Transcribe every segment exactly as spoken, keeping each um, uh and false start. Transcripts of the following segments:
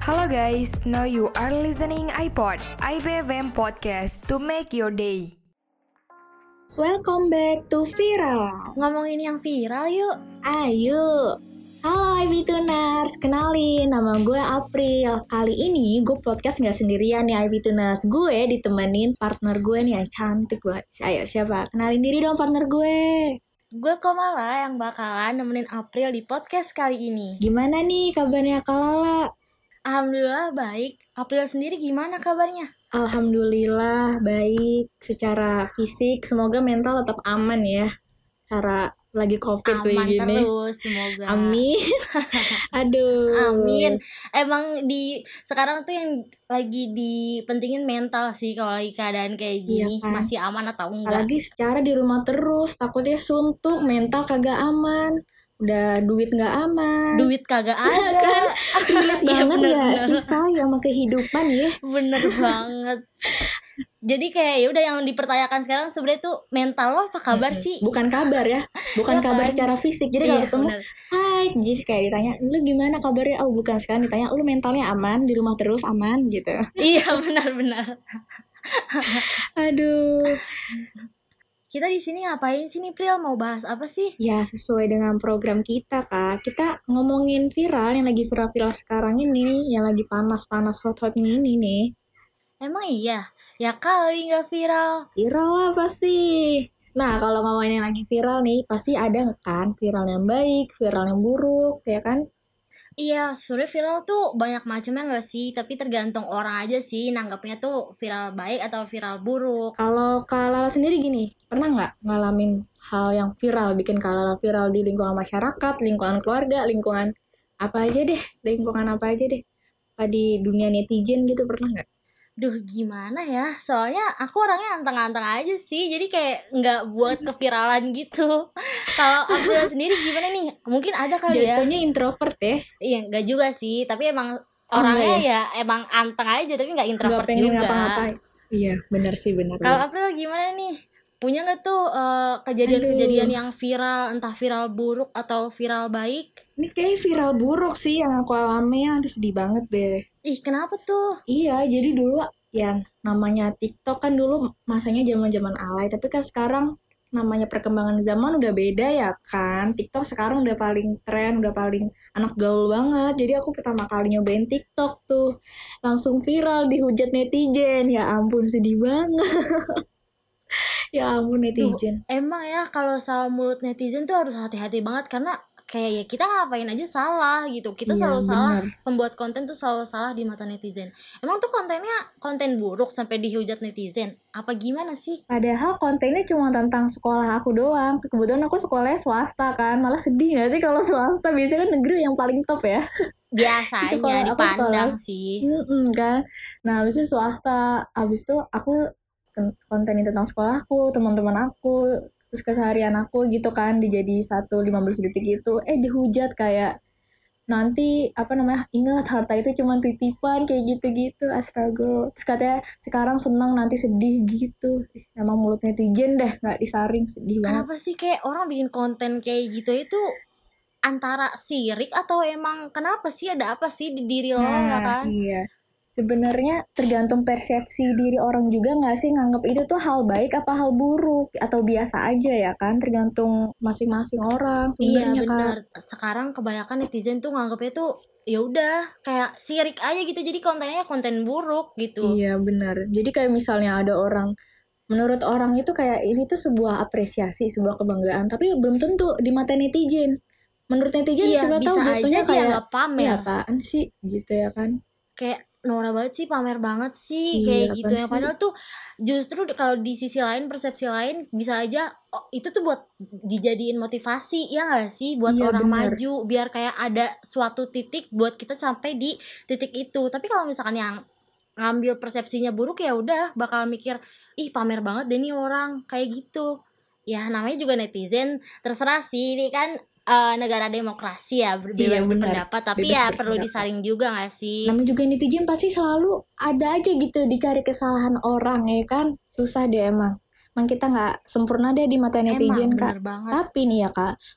Hello guys, now you are listening iPod, I B F M Podcast to make your day. Welcome back to Viral. Ngomongin yang viral yuk. Ayo. Halo I B Tuners, kenalin nama gue April. Kali ini gue podcast gak sendirian nih I B Tuners. Gue ditemenin partner gue nih yang cantik banget. Ayo siapa? Kenalin diri dong partner gue. Gue Komala yang bakalan nemenin April di podcast kali ini. Gimana nih kabarnya Kak Lala? Alhamdulillah baik. April sendiri gimana kabarnya? Alhamdulillah baik secara fisik. Semoga mental tetap aman ya. Cara lagi covid kayak gini. Aman terus semoga. Amin. Aduh. Amin. Emang di sekarang tuh yang lagi dipentingin mental sih kalau lagi keadaan kayak gini. Iya kan? Masih aman atau enggak? Apalagi secara di rumah terus, takutnya suntuk, mental kagak aman. Udah duit gak aman. Duit kagak ada kan? Relate Iya, banget bener, gak bener. sih Say sama kehidupan ya? Bener banget. Jadi kayak ya udah yang dipertanyakan sekarang sebenarnya tuh mental lo apa kabar Mm-mm. sih? Bukan kabar ya. Bukan Iya kabar kan? secara fisik. Jadi kalau Iya, ketemu, bener. hai, jadi kayak ditanya, lu gimana kabarnya? Oh bukan, sekarang ditanya, lu mentalnya aman, di rumah terus aman gitu. Iya benar-benar. Aduh. Kita di sini ngapain sih nih Pril? Mau bahas apa sih? Ya sesuai dengan program kita Kak. Kita ngomongin viral yang lagi viral-viral sekarang ini, yang lagi panas-panas hot-hotnya ini nih. Emang iya? Ya kali nggak viral. Viral lah pasti. Nah kalau ngomongin yang lagi viral nih, pasti ada kan viral yang baik, viral yang buruk, ya kan? Iya, sebenarnya viral tuh banyak macamnya nggak sih? Tapi tergantung orang aja sih nanggapnya tuh viral baik atau viral buruk. Kalau Kak Lala sendiri gini, pernah nggak ngalamin hal yang viral, bikin Kak Lala viral di lingkungan masyarakat, lingkungan keluarga, lingkungan apa aja deh, lingkungan apa aja deh, apa di dunia netizen gitu, pernah nggak? Duh gimana ya? Soalnya aku orangnya anteng-anteng aja sih. Jadi kayak nggak buat keviralan gitu. Kalau April sendiri gimana nih? Mungkin ada kali ya? Jatuhnya introvert ya? Iya nggak juga sih. Tapi emang Oh, orangnya enggak ya emang anteng aja. Tapi nggak Nggak introvert pengen juga. ngapa-ngapain. Iya, benar sih, benar. Kalau April gimana nih? Punya nggak tuh eh, kejadian-kejadian yang viral, entah viral buruk atau viral baik? Ini kayak viral buruk sih yang aku alami, aduh sedih banget deh. Ih, kenapa tuh? Iya, jadi dulu yang namanya TikTok kan dulu masanya zaman-zaman alay, tapi kan sekarang namanya perkembangan zaman udah beda ya kan. TikTok sekarang udah paling tren, udah paling anak gaul banget. Jadi aku pertama kali nyobain TikTok tuh langsung viral, dihujat netizen. Ya ampun sedih banget. Ya ampun netizen. Emang ya kalau sama mulut netizen tuh harus hati-hati banget karena kayak ya kita ngapain aja salah gitu. Kita Iya, selalu salah, bener. pembuat konten tuh selalu salah di mata netizen. Emang tuh kontennya konten buruk sampai dihujat netizen? Apa gimana sih? Padahal kontennya cuma tentang sekolah aku doang. Kebetulan aku sekolahnya swasta kan. Malah sedih gak sih kalau swasta? Biasanya kan negeri yang paling top ya. Biasanya Sekolah- aku dipandang sekolah. sih. Mm-mm, kan. Nah habis itu swasta. Habis itu aku ken- kontenin tentang sekolahku, teman-teman aku, terus keseharian aku gitu kan. Dijadi satu lima belas detik gitu. Eh dihujat kayak nanti apa namanya, ingat harta itu cuma titipan kayak gitu-gitu. Astaga. Terus katanya sekarang senang nanti sedih gitu. Ih, emang mulut netizen deh nggak disaring, sedih banget. Kenapa sih kayak orang bikin konten kayak gitu itu antara sirik atau emang kenapa sih, ada apa sih di diri lo ya kan? Iya. Sebenarnya tergantung persepsi diri orang juga nggak sih, nganggap itu tuh hal baik apa hal buruk atau biasa aja ya kan, tergantung masing-masing orang Iya sebenarnya Kak. benar. Sekarang kebanyakan netizen tuh nganggapnya tuh ya udah kayak sirik aja gitu. Jadi kontennya konten buruk gitu. Iya benar. Jadi kayak misalnya ada orang, menurut orang itu kayak ini tuh sebuah apresiasi, sebuah kebanggaan, tapi belum tentu di mata netizen. Menurut netizen Iya, siapa tahu bisa jatuhnya aja kayak dia nggak pamer. "Ih, apaan sih gitu ya kan. Kayak norak banget sih, pamer banget sih Iya, kayak apa gitu ya. sih? Padahal tuh justru kalau di sisi lain, persepsi lain bisa aja oh, itu tuh buat dijadiin motivasi ya nggak sih, buat Iya, orang benar. maju biar kayak ada suatu titik buat kita sampai di titik itu. Tapi kalau misalkan yang ngambil persepsinya buruk ya udah bakal mikir ih pamer banget deh nih orang kayak gitu. Ya namanya juga netizen, terserah sih, ini kan eh, negara demokrasi ya, bebas Iya, benar. berpendapat, tapi Bebas ya berpendapat. perlu disaring juga gak sih? Namanya juga netizen pasti selalu ada aja gitu dicari kesalahan orang ya kan. Susah deh emang. Emang kita nggak sempurna deh di mata netizen Emang Kak. bener banget. Tapi nih ya Kak,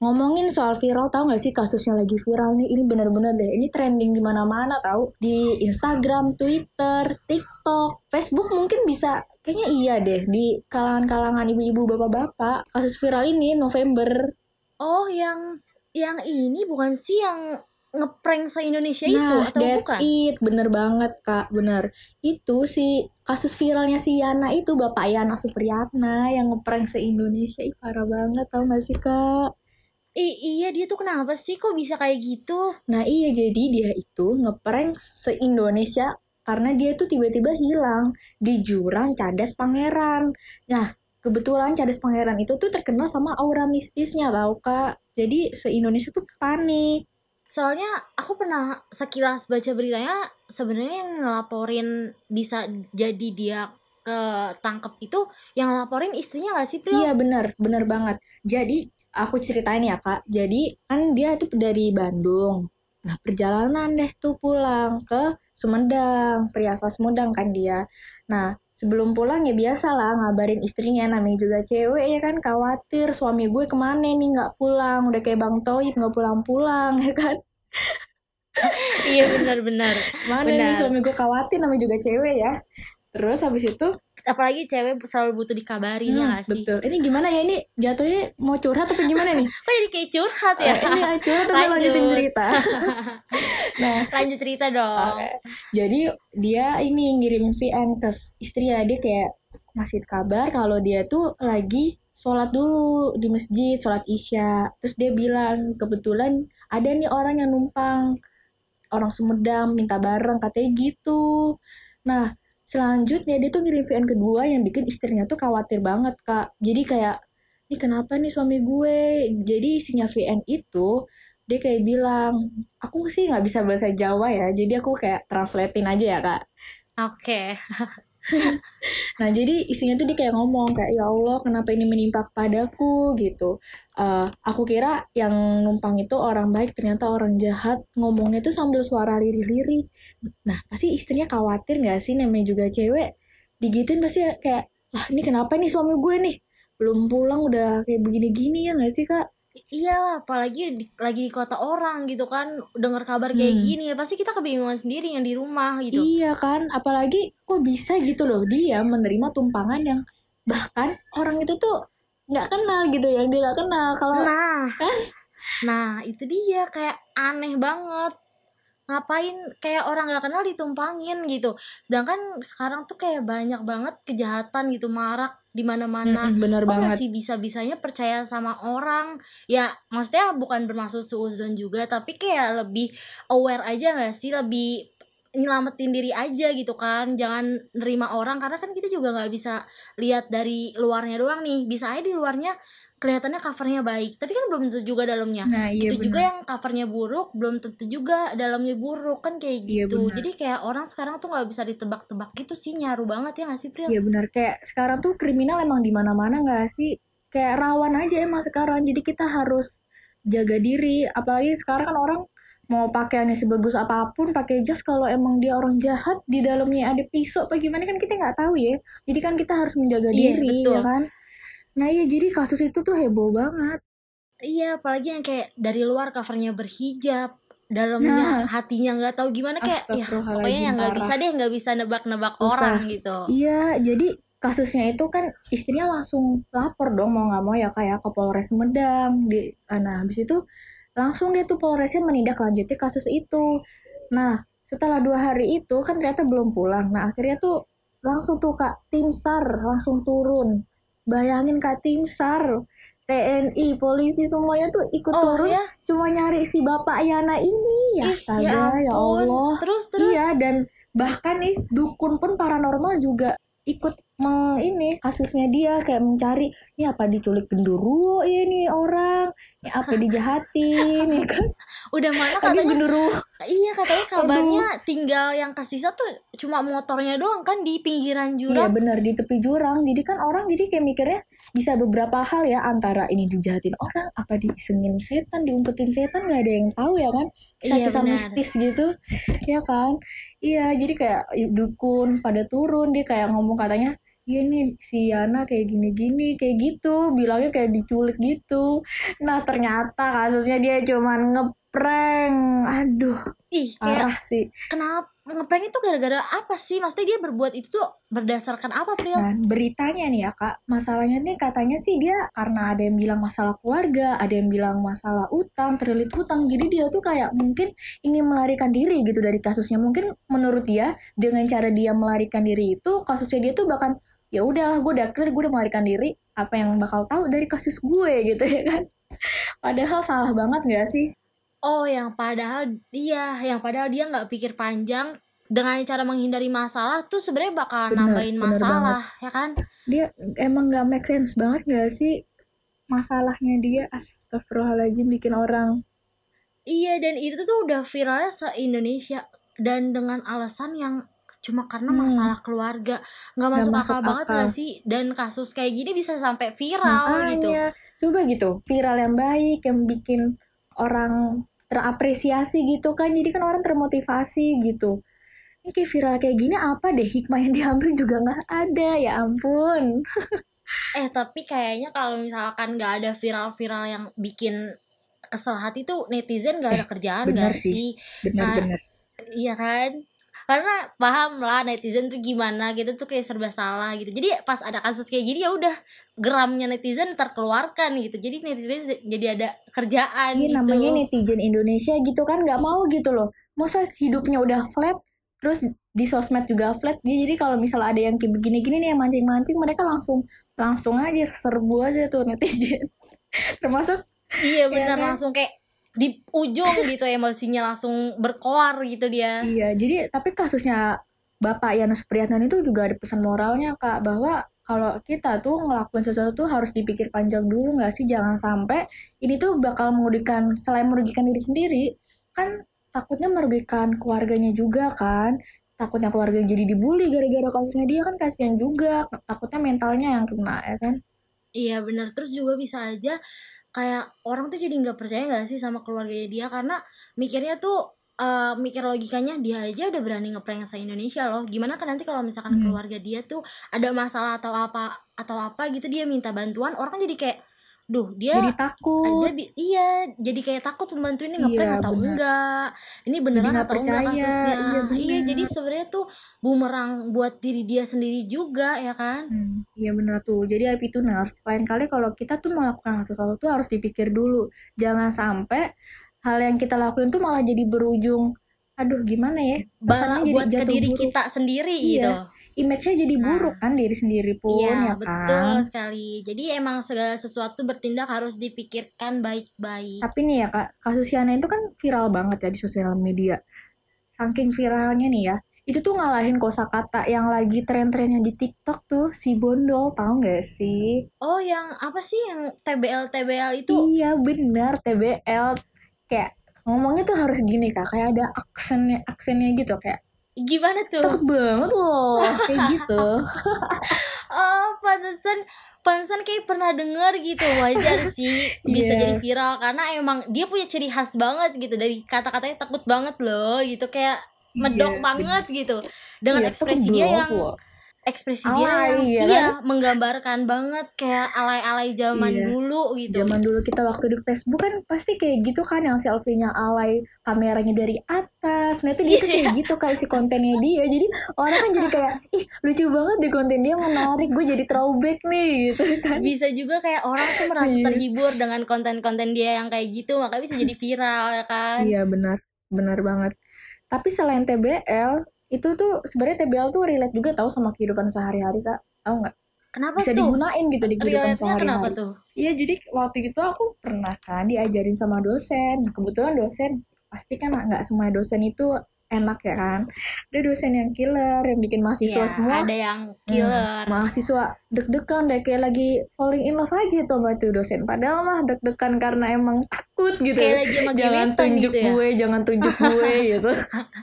ngomongin soal viral, tahu nggak sih kasusnya lagi viral nih? Ini bener-bener deh, ini trending di mana-mana tahu, di Instagram, Twitter, TikTok, Facebook mungkin bisa, kayaknya iya deh di kalangan-kalangan ibu-ibu bapak-bapak. Kasus viral ini November. Oh, yang yang ini bukan sih yang ngeprank se-Indonesia itu Nah, atau that's bukan? it, bener banget kak, bener. Itu si kasus viralnya si Yana itu, Bapak Yana Supriyatna yang ngeprank se-Indonesia. Ih parah banget, tau gak sih kak? I- iya dia tuh kenapa sih kok bisa kayak gitu? Nah iya, jadi dia itu ngeprank se-Indonesia karena dia tuh tiba-tiba hilang di jurang Cadas Pangeran. Nah kebetulan Cadas Pangeran itu tuh terkenal sama aura mistisnya tau kak. Jadi se-Indonesia tuh panik. Soalnya aku pernah sekilas baca beritanya, sebenarnya yang ngelaporin bisa jadi dia ketangkep itu yang ngelaporin istrinya gak sih, Pril? Iya benar, benar banget. Jadi aku ceritain ya kak. Jadi kan dia tuh dari Bandung. Nah perjalanan deh tuh pulang ke Sumedang, Priasa Sumedang kan dia. Nah sebelum pulang ya biasa lah ngabarin istrinya, namanya juga cewek ya kan, khawatir suami gue kemana nih nggak pulang, udah kayak Bang Toib nggak pulang-pulang ya kan. Iya benar-benar. Mana nih Benar. suami gue, khawatir namanya juga cewek ya. Terus habis itu Apalagi cewek selalu butuh dikabarin ya hmm, gak sih? betul. Ini gimana ya, ini jatuhnya mau curhat apa gimana nih? Kok jadi kayak curhat ya? Eh, ini curhat tapi Lanjut. lanjutin cerita. Nah, Lanjut cerita dong. oke. Jadi dia ini ngirim V N ke istrinya, dia kayak ngasih kabar kalau dia tuh lagi sholat dulu di masjid, sholat isya. Terus dia bilang kebetulan ada nih orang yang numpang, orang Sumedang minta bareng katanya gitu. Nah selanjutnya dia tuh ngirim V N kedua yang bikin istrinya tuh khawatir banget kak. Jadi kayak, ini kenapa nih suami gue? Jadi isinya V N itu dia kayak bilang, aku sih nggak bisa bahasa Jawa ya, jadi aku kayak translatein aja ya kak. Oke. Nah jadi isinya tuh dia kayak ngomong kayak, ya Allah kenapa ini menimpa kepadaku gitu. Uh, aku kira yang numpang itu orang baik, ternyata orang jahat. Ngomongnya tuh sambil suara lirih-lirih. Nah pasti istrinya khawatir gak sih, namanya juga cewek, digituin pasti kayak, lah ini kenapa nih suami gue nih belum pulang udah kayak begini-gini, ya gak sih kak? Iya, apalagi di, lagi di kota orang gitu kan, dengar kabar kayak Hmm. gini ya pasti kita kebingungan sendiri yang di rumah gitu. Iya kan, apalagi kok bisa gitu loh dia menerima tumpangan yang bahkan orang itu tuh nggak kenal gitu, yang dia nggak kenal. Kalau Nah, kan, nah itu dia kayak aneh banget. Ngapain kayak orang nggak kenal ditumpangin gitu. Sedangkan sekarang tuh kayak banyak banget kejahatan gitu marak di mana-mana. Mm-mm, bener Kok banget. masih bisa-bisanya percaya sama orang? Ya, maksudnya bukan bermaksud suuzon juga, tapi kayak lebih aware aja nggak sih, lebih nyelamatin diri aja gitu kan, jangan nerima orang, karena kan kita juga nggak bisa lihat dari luarnya doang nih, bisa aja di luarnya kelihatannya covernya baik, tapi kan belum tentu juga dalamnya. Nah iya Itu juga bener. yang covernya buruk, belum tentu juga dalamnya buruk kan, kayak Iya, gitu. benar. Jadi kayak orang sekarang tuh nggak bisa ditebak-tebak gitu sih, nyaru banget ya nggak sih, Pril? Iya benar, kayak sekarang tuh kriminal emang di mana-mana nggak sih, kayak rawan aja emang sekarang, jadi kita harus jaga diri. Apalagi sekarang kan orang mau pakaiannya sebagus apapun, pakai jas, kalau emang dia orang jahat di dalamnya ada pisau apa gimana kan kita nggak tahu ya. Jadi kan kita harus menjaga Iya, diri betul. ya kan. Nah iya, jadi kasus itu tuh heboh banget. Iya, apalagi yang kayak dari luar covernya berhijab, dalamnya Nah. hatinya nggak tahu gimana, kayak ya Astagfirullahaladzim, pokoknya yang nggak parah. bisa deh, nggak bisa nebak-nebak Susah. orang gitu. Iya, jadi kasusnya itu kan istrinya langsung lapor dong mau nggak mau ya kayak ke Polres Sumedang. Di, nah habis itu langsung dia tuh Polresnya menindaklanjuti kasus itu. Nah setelah dua hari itu kan ternyata belum pulang. Nah akhirnya tuh langsung tuh kak tim SAR langsung turun. Bayangin kak, tim SAR, T N I, polisi semuanya tuh ikut Oh turun ya, cuma nyari si Bapak Yana ini. Ya ih astaga, ya ya ampun. Allah. Terus terus. Iya, dan bahkan nih dukun pun paranormal juga ikut meng, ini kasusnya dia kayak mencari, ini apa diculik genderuwo ya ini orang, ini apa dijahatin ya kan, Udah mana lagi katanya, genderuwo. iya katanya kabarnya tinggal yang kesisa tuh cuma motornya doang kan di pinggiran Iya jurang. benar, di tepi jurang. Jadi kan orang jadi kayak mikirnya bisa beberapa hal ya, antara ini dijahatin orang, apa diisengin setan, diumpetin setan, nggak ada yang tahu ya kan, kisah-kisah Iya, benar. mistis gitu ya kan. Iya, jadi kayak dukun pada turun, dia kayak ngomong katanya iya nih si Yana kayak gini-gini kayak gitu, bilangnya kayak diculik gitu. Nah ternyata kasusnya dia cuman ngeprank. Aduh, Ih, kayak parah sih. kenapa ngeprank itu gara-gara apa sih? Maksudnya dia berbuat itu tuh berdasarkan apa, Pril? Nah, beritanya nih ya Kak, masalahnya nih katanya sih dia karena ada yang bilang masalah keluarga, ada yang bilang masalah utang, terlilit utang. Jadi dia tuh kayak mungkin ingin melarikan diri gitu dari kasusnya. Mungkin menurut dia dengan cara dia melarikan diri itu kasusnya dia tuh bahkan ya udahlah gue udah clear, gue udah melarikan diri, apa yang bakal tahu dari kasus gue gitu ya kan. Padahal salah banget gak sih? Oh, yang padahal dia, yang padahal dia nggak pikir panjang dengan cara menghindari masalah tuh sebenarnya bakal Bener, nambahin bener masalah, ya kan? Dia emang gak make sense banget gak sih masalahnya dia. Astagfirullahaladzim bikin orang. Iya, dan itu tuh udah viralnya se-Indonesia dan dengan alasan yang cuma karena Hmm. masalah keluarga. Nggak Nggak masuk masuk akal banget akal. nggak sih? Dan kasus kayak gini bisa sampai viral gitu. Makanya coba gitu viral yang baik yang bikin orang terapresiasi gitu kan, jadi kan orang termotivasi gitu. Ini kayak viral kayak gini apa deh hikmah yang diambil juga nggak ada, ya ampun. Eh, tapi kayaknya kalau misalkan nggak ada viral-viral yang bikin kesel hati tuh netizen nggak ada Eh, kerjaan bener nggak sih. sih? Nah, Bener-bener. iya kan? Karena paham lah netizen tuh gimana gitu tuh kayak serba salah gitu. Jadi pas ada kasus kayak gini ya udah geramnya netizen terkeluarkan gitu. Jadi netizen jadi ada kerjaan Iya gitu. namanya netizen Indonesia gitu kan, nggak mau gitu loh. Masa hidupnya udah flat, terus di sosmed juga flat. Dia jadi kalau misalnya ada yang kayak begini-gini nih yang mancing-mancing, mereka langsung langsung aja serbu aja tuh netizen. Termasuk Iya ya benar, kan? langsung kayak di ujung gitu emosinya langsung berkoar gitu dia. Iya, jadi tapi kasusnya Bapak Yanus Priyatna itu juga ada pesan moralnya Kak, bahwa kalau kita tuh ngelakuin sesuatu tuh harus dipikir panjang dulu nggak sih, jangan sampai ini tuh bakal merugikan, selain merugikan diri sendiri, kan takutnya merugikan keluarganya juga kan, takutnya keluarga jadi dibully gara-gara kasusnya dia kan, kasihan juga, takutnya mentalnya yang kena ya kan. Iya benar, terus juga bisa aja kayak orang tuh jadi nggak percaya nggak sih sama keluarganya dia karena mikirnya tuh eh, mikir logikanya dia aja udah berani ngeprank se Indonesia loh, gimana kan nanti kalau misalkan Hmm. keluarga dia tuh ada masalah atau apa atau apa gitu dia minta bantuan, orang kan jadi kayak duh dia Jadi takut, aja bi- iya jadi kayak takut membantu ini ngeprank iya atau benar. enggak, ini Jadi beneran nggak atau enggak percaya, kasusnya. iya Iya jadi benar. sebenarnya tuh bumerang buat diri dia sendiri juga ya kan. Hmm, iya bener tuh. Jadi I P Tuners, lain kali kalau kita tuh melakukan sesuatu tuh harus dipikir dulu. Jangan sampai hal yang kita lakuin tuh malah jadi berujung, aduh gimana ya, Bala kesannya jadi buat ke jatuh diri buruk. kita sendiri gitu. Iya, image-nya jadi Nah, buruk kan diri sendiri pun iya ya betul kan. sekali. Jadi emang segala sesuatu bertindak harus dipikirkan baik-baik. Tapi nih ya Kak, kasus Yana itu kan viral banget ya di sosial media. Saking viralnya nih ya, itu tuh ngalahin kosakata yang lagi tren-trennya di TikTok tuh, si Bondol, tahu nggak sih? Oh, yang apa sih yang T B L T B L itu? Iya benar, T B L. Kayak ngomongnya tuh harus gini Kak, kayak ada aksennya aksennya gitu, kayak Gimana tuh? cakep banget loh, kayak gitu. Oh, pantesan pantesan kayak pernah dengar gitu. Wajar sih bisa Iya, jadi viral karena emang dia punya ciri khas banget gitu, dari kata-katanya takut banget loh gitu, kayak medok iya, banget gitu dengan iya, ekspresi cakep dia banget yang loh. ekspresi dia Alay, yang ya iya kan? menggambarkan banget kayak alay-alay zaman Iya. dulu gitu. Zaman dulu kita waktu di Facebook kan pasti kayak gitu kan, yang selfie-nya alay, kameranya dari atas. Nah itu dia tuh kayak gitu kayak si kontennya dia. Jadi orang kan jadi kayak, ih lucu banget deh konten dia, menarik, gue jadi throwback nih gitu kan. Bisa juga kayak orang tuh merasa Iya. terhibur dengan konten-konten dia yang kayak gitu, makanya bisa jadi viral ya kan. Iya benar, benar banget. Tapi selain T B L, itu tuh sebenarnya T B L tuh relate juga tahu sama kehidupan sehari-hari Kak. Tahu nggak? Kenapa Bisa tuh? digunain gitu di kehidupan Relate-nya kenapa sehari-hari. tuh? Iya, jadi waktu itu aku pernah kan diajarin sama dosen. Kebetulan dosen, pasti kan nggak semua dosen itu enak ya kan. Ada dosen yang killer, yang bikin mahasiswa Iya, semua. ada yang Hmm, killer. mahasiswa deg-degan deh, kayak lagi falling in love aja tuh sama tuh dosen. Padahal mah deg-degan karena emang takut gitu. Kayak lagi sama Jangan gebetan tunjuk gitu ya. gue, jangan tunjuk gue gitu.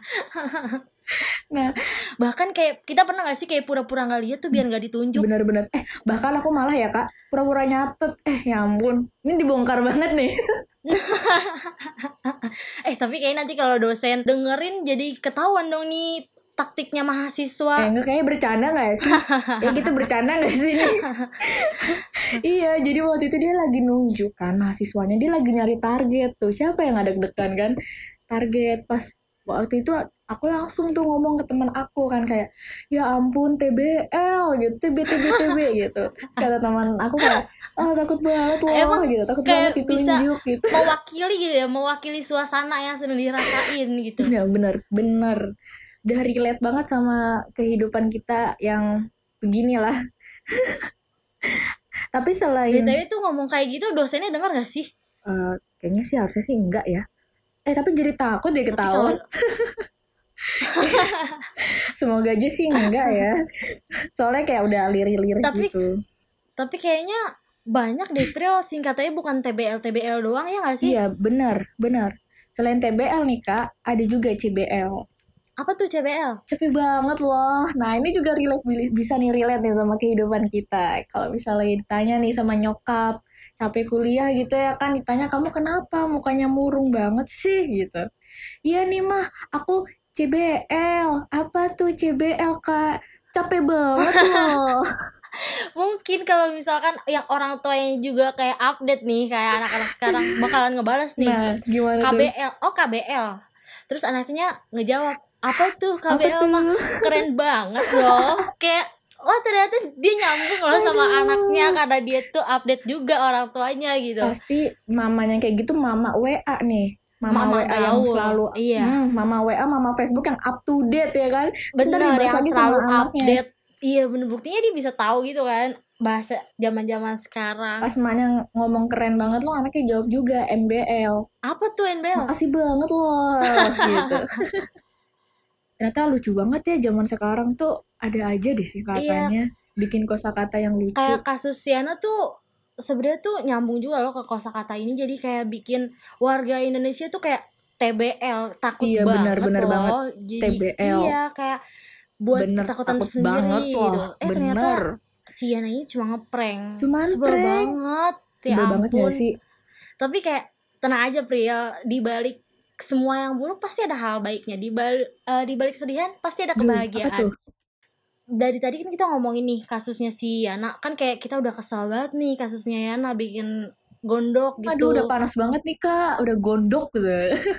Nah, Bahkan kayak kita pernah gak sih kayak pura-pura gak lihat tuh biar gak ditunjuk. bener-bener. Eh, bahkan aku malah ya Kak, pura-pura nyatet. Eh, ya ampun. Ini dibongkar banget nih. Eh tapi kayak nanti kalau dosen dengerin jadi ketahuan dong nih taktiknya Eh mahasiswa. enggak, kayaknya bercanda gak sih? Ya gitu bercanda gak sih nih? Iya, jadi waktu itu dia lagi nunjuk kan mahasiswanya, dia lagi nyari target tuh. Siapa yang ada deg-degan kan? Target. Pas waktu itu aku langsung tuh ngomong ke teman aku kan kayak, ya ampun T B L gitu, T B T B T B gitu. Kata teman aku kayak, ah takut banget loh Emang gitu, takut kayak banget bisa ditunjuk gitu. mewakili gitu ya, mewakili suasana yang sedang dirasain gitu. Ya bener, bener. Udah relate banget sama kehidupan kita yang beginilah. Tapi selain B T W tuh ngomong kayak gitu dosennya dengar gak sih? eh, kayaknya sih harusnya sih enggak ya. Eh tapi jadi takut deh Tapi ketahuan. kalau Semoga aja sih enggak ya. Soalnya kayak udah lirik-lirik tapi gitu. tapi kayaknya banyak deh Pril singkatannya bukan T B L T B L doang ya gak sih? Iya benar, benar. Selain T B L nih kak, ada juga C B L. Apa tuh C B L? Capek banget loh. Nah ini juga relate, bisa nih relate nih sama kehidupan kita. Kalau misalnya ditanya nih sama nyokap, capek kuliah gitu ya kan, ditanya kamu kenapa mukanya murung banget sih gitu. Iya nih mah, aku C B L. Apa tuh C B L kak? Capek banget loh. Mungkin kalau misalkan yang orang tuanya juga kayak update nih, kayak anak-anak sekarang bakalan ngebales nih. Nah gimana tuh? K B L, oh K B L. Terus anaknya ngejawab, apa tuh K B L Apa tuh? mah keren banget loh. Kayak wah ternyata dia nyambung loh sama anaknya karena dia tuh update juga orang tuanya gitu. Pasti mamanya kayak gitu mama W A nih. Mama, Mama W A yang gaul. selalu Iya. hmm, mama W A, mama Facebook yang up to date ya kan. Ntar Bener, dibahas yang lagi selalu sama anaknya. update. Iya bener, buktinya dia bisa tahu gitu kan bahasa zaman-zaman sekarang. Pas emaknya ngomong keren banget loh, anaknya jawab juga N B L. Apa tuh N B L? Makasih banget loh gitu. Ternyata lucu banget ya zaman sekarang tuh, ada aja deh sih katanya bikin kosakata yang lucu. Kayak kasus Siana tuh sebenarnya tuh nyambung juga loh ke kosakata ini, jadi kayak bikin warga Indonesia tuh kayak T B L, takut Iya, banget bener, bener loh. banget. Jadi T B L. iya kayak buat Bener, ketakutan takut tersendiri banget loh. gitu. Eh ternyata Bener. Siana ini cuma ngeprank. Cuman Sebel prank. banget. Ya Sebel banget ampun. gak sih? Tapi kayak tenang aja Priyal, di balik semua yang buruk pasti ada hal baiknya. Di balik uh, di balik kesedihan pasti ada Duh, kebahagiaan. apa tuh? Dari tadi kan kita ngomongin nih kasusnya si Yana, kan kayak kita udah kesal banget nih kasusnya Yana bikin gondok gitu. Aduh udah panas banget nih kak, udah gondok gitu.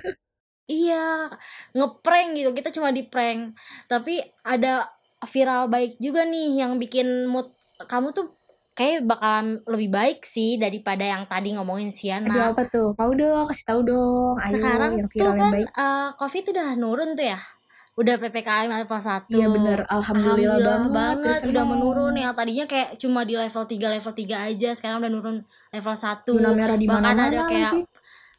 Iya, ngeprank gitu, kita cuma di prank. Tapi ada viral baik juga nih yang bikin mood kamu tuh kayak bakalan lebih baik sih daripada yang tadi ngomongin si Aduh Yana. apa tuh? Tahu dong, kasih tahu dong. Ayo Sekarang yang tuh viral yang kan baik. uh, Covid udah nurun tuh ya. Udah P P K M level satu. Iya bener, alhamdulillah, Alhamdulillah banget. banget udah menurun. Yang tadinya kayak cuma di level tiga level tiga aja, sekarang udah nurun level satu. Zona merah di Bahkan mana-mana ada kayak lagi.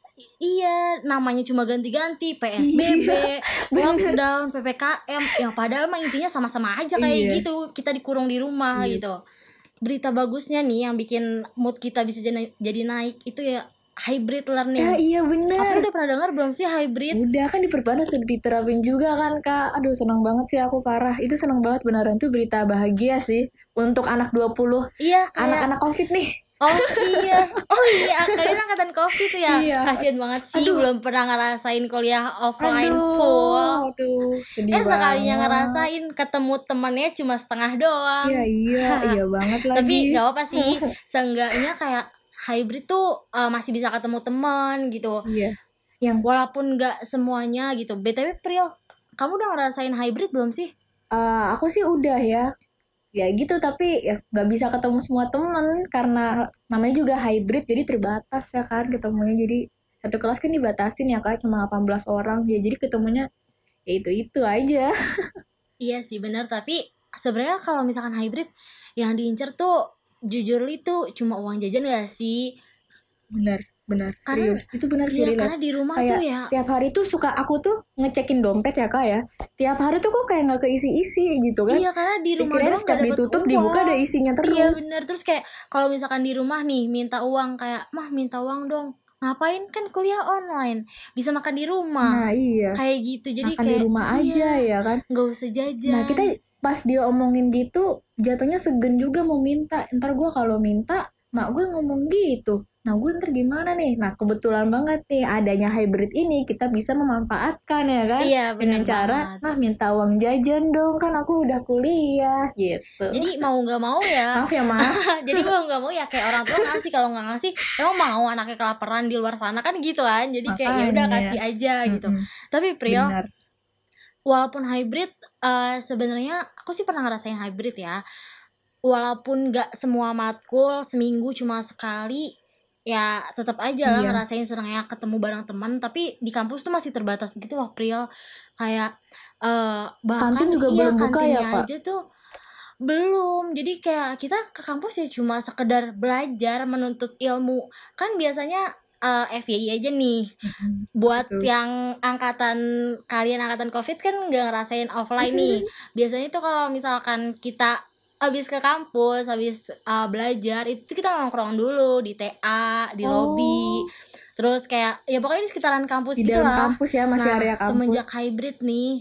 iya, namanya cuma ganti-ganti, P S B B, Iya, lockdown, P P K M. Yang padahal mah intinya sama-sama aja kayak Iya. gitu. Kita dikurung di rumah Iya. gitu. Berita bagusnya nih yang bikin mood kita bisa jadi jadi naik itu ya hybrid learning. Ya iya bener. Aku udah pernah dengar belum sih hybrid? Udah kan diperbanyak sudah diterapin juga kan kak. Aduh seneng banget sih aku parah. Itu seneng banget beneran tuh berita bahagia sih. Untuk anak dua puluh Iya, kayak anak-anak covid nih. oh iya, oh iya, kalian angkatan Covid tuh ya. Iya. Kasian banget sih Aduh. belum pernah ngerasain kuliah offline Aduh, full. aduh sedih Eh banget. sekalinya ngerasain ketemu temennya cuma setengah doang. Iya iya iya banget lagi. Tapi gak apa sih, seenggaknya kayak hybrid tuh uh, masih bisa ketemu teman gitu. Iya. Yang Walaupun gak semuanya gitu. B T W Pril, kamu udah ngerasain hybrid belum sih? eh, aku sih udah ya. Ya gitu tapi ya nggak bisa ketemu semua teman karena namanya juga hybrid jadi terbatas ya kan ketemunya, jadi satu kelas kan dibatasin ya kak cuma delapan belas orang ya, jadi ketemunya ya itu itu aja. Iya sih benar, tapi sebenarnya kalau misalkan hybrid yang diincer tuh jujur itu cuma uang jajan gak sih? Benar benar Karena- serius itu benar sih Iya, relate. karena di rumah Kayak tuh ya. setiap hari tuh suka aku tuh ngecekin dompet ya kak ya, tiap hari tuh kok kayak nggak keisi-isi gitu kan. Iya, karena di rumah Pikirnya doang setiap gak dapet ditutup uang. dibuka ada isinya terus. Iya bener, terus kayak kalau misalkan di rumah nih minta uang kayak mah minta uang dong, ngapain kan kuliah online, bisa makan di rumah. Nah iya, Kayak gitu, jadi makan kayak di rumah aja iya, ya kan. nggak usah jajan. Nah kita pas dia omongin gitu jatuhnya segen juga mau minta. Ntar gue kalau minta mak gue ngomong gitu. Nah gue ntar gimana nih? Nah kebetulan banget nih adanya hybrid ini kita bisa memanfaatkan ya kan? Iya, Dengan bener cara, banget. mah minta uang jajan dong kan aku udah kuliah gitu. Jadi mau nggak mau ya Maaf ya mah. jadi mau nggak mau ya kayak orang tua ngasih, kalau nggak ngasih emang mau anaknya kelaparan di luar sana kan gitu kan. Jadi kayak ya udah Makanya. kasih aja gitu. Mm-mm. Tapi Pril, Benar. walaupun hybrid, eh, sebenarnya aku sih pernah ngerasain hybrid ya. Walaupun nggak semua matkul seminggu cuma sekali, ya tetap aja lah Iya. ngerasain senangnya ketemu bareng teman. Tapi di kampus tuh masih terbatas gitu loh Pril. Kayak eh, bahkan Kantin juga iya, belum buka ya, kantinnya Kak? aja tuh belum. Jadi kayak kita ke kampus ya cuma sekedar belajar, menuntut ilmu. Kan biasanya eh, F Y I aja nih. Mm-mm. Buat Betul. yang angkatan kalian angkatan Covid kan nggak ngerasain offline nih. Biasanya tuh kalau misalkan kita habis ke kampus, habis uh, belajar, itu kita nongkrong dulu di T A, di Oh. lobby. Terus kayak ya pokoknya di sekitaran kampus Di gitu dalam lah. kampus ya, masih Nah, area kampus. semenjak hybrid nih.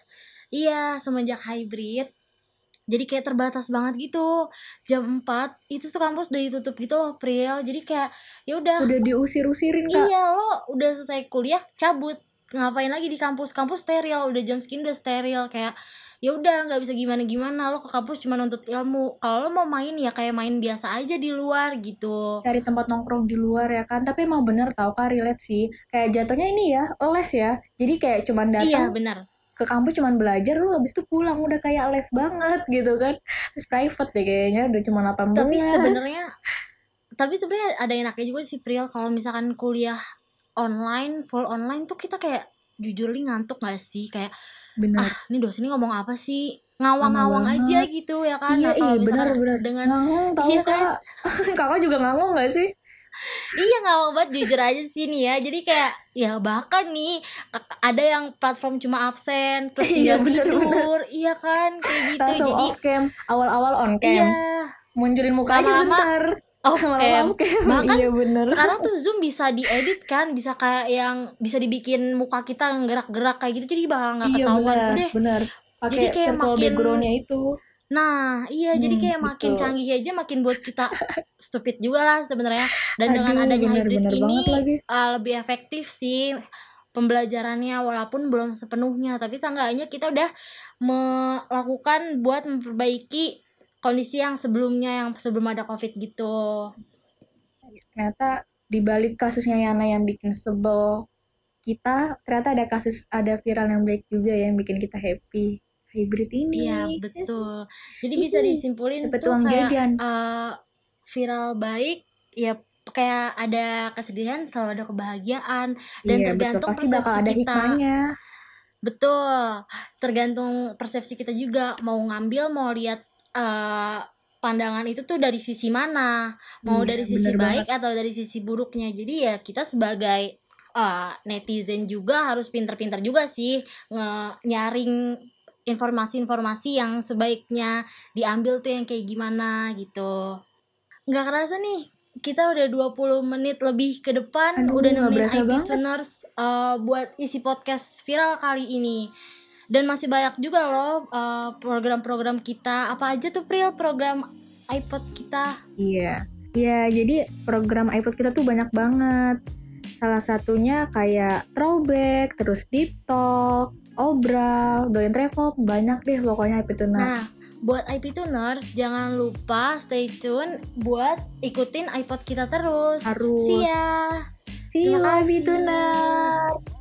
Iya, semenjak hybrid jadi kayak terbatas banget gitu. Jam empat itu tuh kampus udah ditutup gitu loh, Pril. Jadi kayak ya udah. Udah diusir-usirin, Kak. Iya, lo udah selesai kuliah cabut. Ngapain lagi di kampus? Kampus steril, udah jam segini udah steril. Kayak ya udah nggak bisa gimana-gimana, lo ke kampus cuma nuntut ilmu. Kalau lo mau main ya kayak main biasa aja di luar gitu. Cari tempat nongkrong di luar ya kan. Tapi emang bener tau Kak, relate sih. Kayak jatuhnya ini ya, les ya. Jadi kayak cuman Iya datang benar. ke kampus cuman belajar, lu habis itu pulang udah kayak les banget gitu kan. Terus private deh kayaknya udah cuma delapan belas. Tapi sebenarnya tapi sebenarnya ada enaknya juga sih Pril, kalau misalkan kuliah online, full online tuh kita kayak jujur li ngantuk gak sih? Kayak bener. ah ini dosen ini ngomong apa sih? Ngawang-ngawang Lama aja banget. gitu ya kan. Iya, Nah, kalau iya bener misalkan bener. dengan Ngangong tau Iya kan? Kak. Kakak juga ngangong gak sih? iya ngawang banget jujur aja sih nih ya. Jadi kayak ya bahkan nih k- ada yang platform cuma absen terus Iya, tinggal bener, tidur, iya kan kayak gitu. Langsung Jadi off cam, awal-awal on cam. iya Munculin mukanya Lama-lama bentar. off Lama-lama cam. off cam. Bahkan Iya bener. sekarang tuh Zoom bisa diedit kan, bisa kayak yang bisa dibikin muka kita yang gerak-gerak kayak gitu, jadi bakal nggak Iya ketahuan bener, udah. bener. Pakai Jadi kayak virtual makin- background-nya itu. Nah, iya jadi Hmm, kayak makin betul. canggih aja makin buat kita stupid juga lah sebenarnya. Dan dengan Aduh, adanya bener, hybrid bener ini banget lagi. uh, lebih efektif sih pembelajarannya, walaupun belum sepenuhnya, tapi seenggaknya kita udah melakukan buat memperbaiki kondisi yang sebelumnya, yang sebelum ada Covid gitu. Ternyata di balik kasusnya Yana yang bikin sebel kita, ternyata ada kasus, ada viral yang baik juga ya, yang bikin kita happy. Hybrid ini. Iya betul. Jadi bisa Ih, disimpulin dapet tuh uang kayak jajan. uh, viral baik ya, kayak ada kesedihan selalu ada kebahagiaan, dan Iya, tergantung betul. Pasti bakal persepsi ada kita. hikmahnya. Betul, tergantung persepsi kita juga mau ngambil, mau lihat uh, pandangan itu tuh dari sisi mana, mau Iya, dari sisi bener baik atau dari sisi buruknya. Jadi ya kita sebagai uh, netizen juga harus pinter-pinter juga sih nge- nyaring informasi-informasi yang sebaiknya diambil tuh yang kayak gimana gitu. Nggak kerasa nih kita udah dua puluh menit lebih ke depan. Aduh, Udah nggak nemenin berasa I P banget. Tuners uh, buat isi podcast viral kali ini. Dan masih banyak juga loh uh, program-program kita. Apa aja tuh Pril program iPod kita? Iya. Iya, jadi program iPod kita tuh banyak banget. Salah satunya kayak Throwback, terus Deep Talk, Obral, Doyan Travel, banyak deh pokoknya I P Tuners. Nah, buat I P Tuners jangan lupa stay tune buat ikutin iPod kita terus. Harus. See ya. See you Terima I P kasih. Tuners.